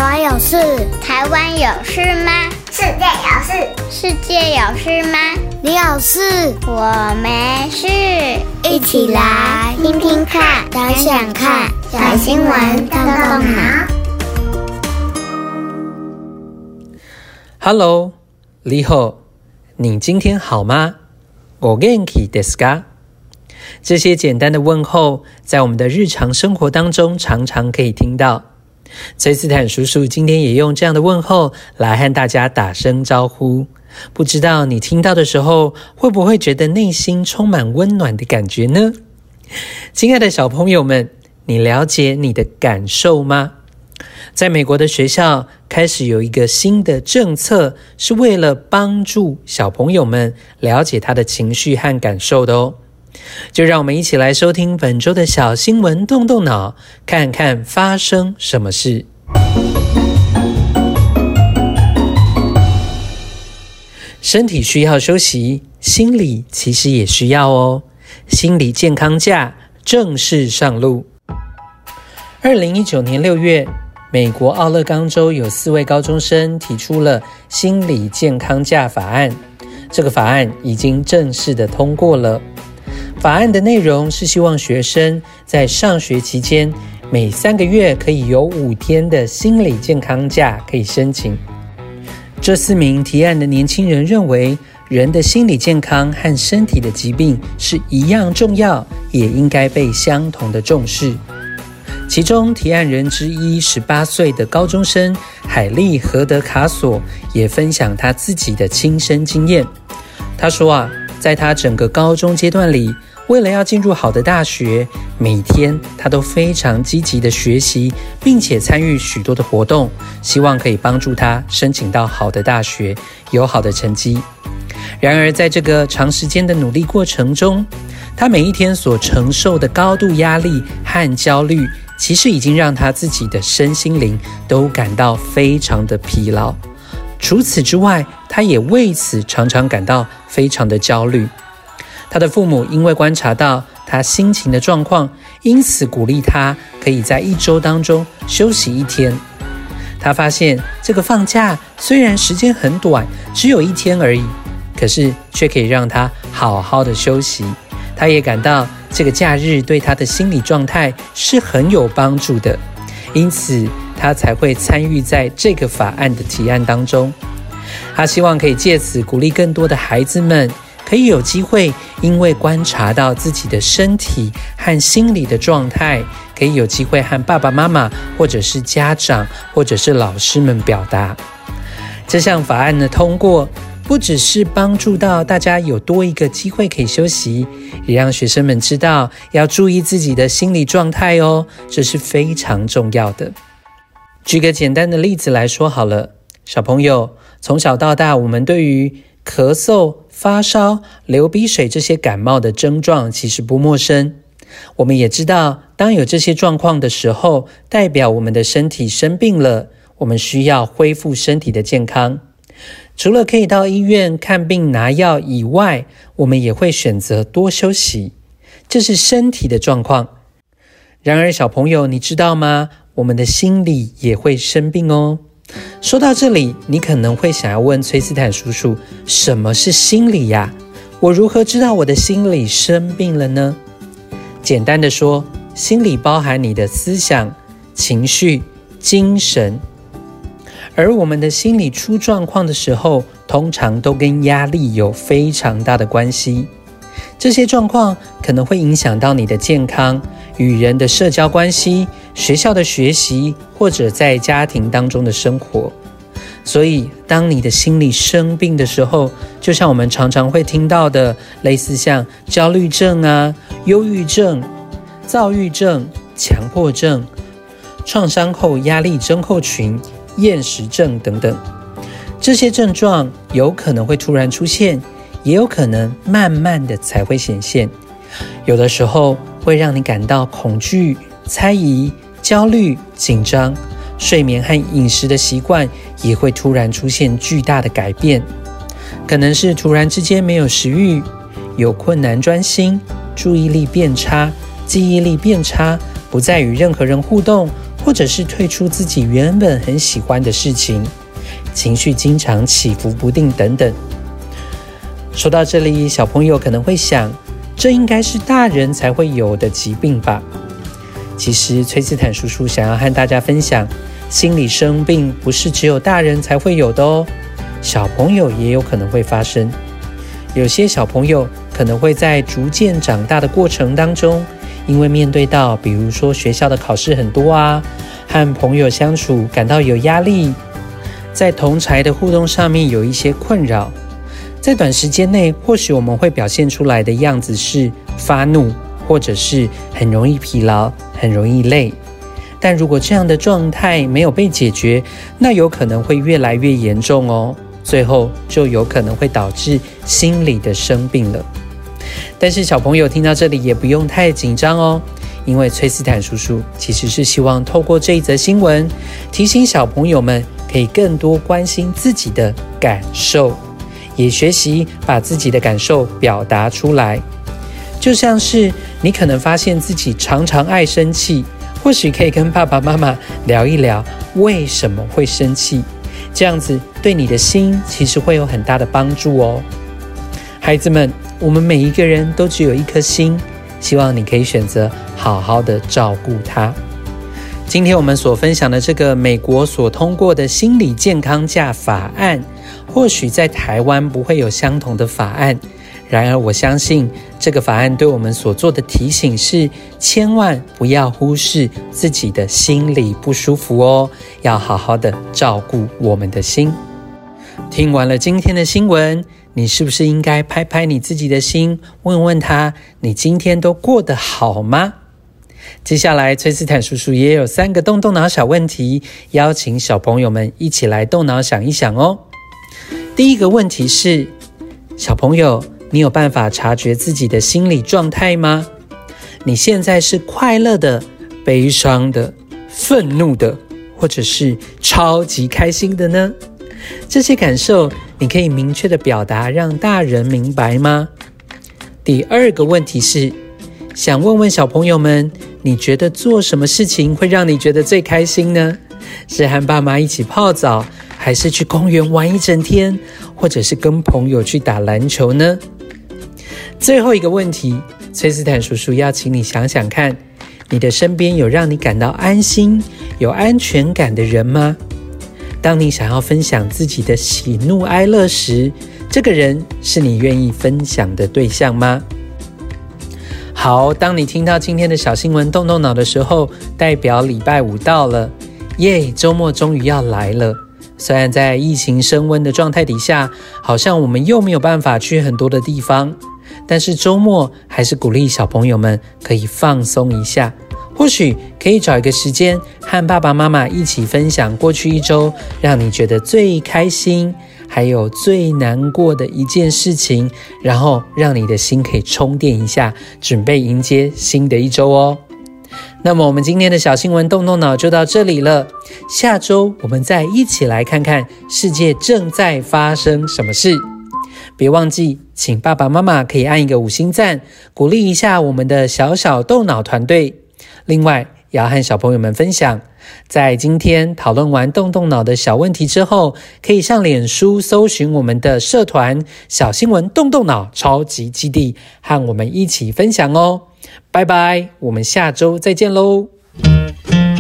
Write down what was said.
湾有事？ 台湾有事吗？ 世界有事？ 世界有事吗？ 你有事？ 我没事。 一起来听听看，想想看， 小新闻动动脑。 Hello， 你好，你今天好吗？お元気ですか？这些简单的问候，在我们的日常生活当中常常可以听到。崔斯坦叔叔今天也用这样的问候来和大家打声招呼。不知道你听到的时候，会不会觉得内心充满温暖的感觉呢？亲爱的小朋友们，你了解你的感受吗？在美国的学校开始有一个新的政策，是为了帮助小朋友们了解他的情绪和感受的哦。就让我们一起来收听本周的小新闻动动脑，看看发生什么事。身体需要休息，心理其实也需要哦。心理健康假正式上路。2019年6月，美国奥勒冈州有4位高中生提出了心理健康假法案，这个法案已经正式的通过了。法案的内容是希望学生在上学期间每3个月可以有5天的心理健康假可以申请。这4名提案的年轻人认为，人的心理健康和身体的疾病是一样重要，也应该被相同的重视。其中提案人之一18岁的高中生海莉·何德卡索也分享他自己的亲身经验。他说在他整个高中阶段里，为了要进入好的大学，每天他都非常积极的学习，并且参与许多的活动，希望可以帮助他申请到好的大学，有好的成绩。然而在这个长时间的努力过程中，他每一天所承受的高度压力和焦虑，其实已经让他自己的身心灵都感到非常的疲劳。除此之外，他也为此常常感到非常的焦虑。他的父母因为观察到他心情的状况，因此鼓励他可以在1周当中休息1天。他发现这个放假虽然时间很短，只有1天而已，可是却可以让他好好的休息。他也感到这个假日对他的心理状态是很有帮助的，因此他才会参与在这个法案的提案当中。他希望可以借此鼓励更多的孩子们，可以有机会因为观察到自己的身体和心理的状态，可以有机会和爸爸妈妈或者是家长或者是老师们表达。这项法案的通过，不只是帮助到大家有多一个机会可以休息，也让学生们知道要注意自己的心理状态哦，这是非常重要的。举个简单的例子来说好了，小朋友从小到大，我们对于咳嗽、发烧、流鼻水这些感冒的症状其实不陌生。我们也知道，当有这些状况的时候，代表我们的身体生病了，我们需要恢复身体的健康。除了可以到医院看病拿药以外，我们也会选择多休息，这是身体的状况。然而小朋友，你知道吗？我们的心理也会生病哦。说到这里，你可能会想要问崔斯坦叔叔，什么是心理呀？我如何知道我的心理生病了呢？简单的说，心理包含你的思想、情绪、精神。而我们的心理出状况的时候，通常都跟压力有非常大的关系。这些状况可能会影响到你的健康、与人的社交关系、学校的学习，或者在家庭当中的生活。所以当你的心理生病的时候，就像我们常常会听到的，类似像焦虑症忧郁症、躁郁症、强迫症、创伤后压力症候群、厌食症等等，这些症状有可能会突然出现，也有可能慢慢的才会显现。有的时候会让你感到恐惧、猜疑、焦虑、紧张，睡眠和饮食的习惯也会突然出现巨大的改变，可能是突然之间没有食欲，有困难专心，注意力变差，记忆力变差，不再与任何人互动， 或者是退出自己原本很喜欢的事情，情绪经常起伏不定等等。说到这里，小朋友可能会想，这应该是大人才会有的疾病吧？其实崔斯坦叔叔想要和大家分享，心理生病不是只有大人才会有的哦，小朋友也有可能会发生。有些小朋友可能会在逐渐长大的过程当中，因为面对到比如说学校的考试很多啊，和朋友相处感到有压力，在同侪的互动上面有一些困扰，在短时间内或许我们会表现出来的样子是发怒，或者是很容易疲劳，很容易累。但如果这样的状态没有被解决，那有可能会越来越严重哦，最后就有可能会导致心理的生病了。但是小朋友听到这里也不用太紧张哦，因为崔斯坦叔叔其实是希望透过这一则新闻，提醒小朋友们可以更多关心自己的感受，也学习把自己的感受表达出来。就像是你可能发现自己常常爱生气，或许可以跟爸爸妈妈聊一聊为什么会生气，这样子对你的心其实会有很大的帮助哦。孩子们，我们每一个人都只有一颗心，希望你可以选择好好的照顾它。今天我们所分享的这个美国所通过的心理健康假法案，或许在台湾不会有相同的法案，然而我相信这个法案对我们所做的提醒是，千万不要忽视自己的心理不舒服哦，要好好的照顾我们的心。听完了今天的新闻，你是不是应该拍拍你自己的心，问问他，你今天都过得好吗？接下来崔斯坦叔叔也有3个动动脑小问题，邀请小朋友们一起来动脑想一想哦。第一个问题是，小朋友，你有办法察觉自己的心理状态吗？你现在是快乐的、悲伤的、愤怒的，或者是超级开心的呢？这些感受你可以明确的表达，让大人明白吗？第二个问题是，想问问小朋友们，你觉得做什么事情会让你觉得最开心呢？是和爸妈一起泡澡，还是去公园玩一整天，或者是跟朋友去打篮球呢？最后一个问题，崔斯坦叔叔要请你想想看，你的身边有让你感到安心、有安全感的人吗？当你想要分享自己的喜怒哀乐时，这个人是你愿意分享的对象吗？好，当你听到今天的小新闻动动脑的时候，代表礼拜5到了，耶，周末终于要来了。虽然在疫情升温的状态底下，好像我们又没有办法去很多的地方，但是周末还是鼓励小朋友们可以放松一下，或许可以找一个时间和爸爸妈妈一起分享过去一周让你觉得最开心还有最难过的一件事情，然后让你的心可以充电一下，准备迎接新的一周哦。那么我们今天的小新闻动动脑就到这里了，下周我们再一起来看看世界正在发生什么事。别忘记请爸爸妈妈可以按一个5星赞，鼓励一下我们的小小动脑团队。另外也要和小朋友们分享，在今天讨论完动动脑的小问题之后，可以上脸书搜寻我们的社团小新闻动动脑超级基地，和我们一起分享哦。拜拜，我们下周再见喽。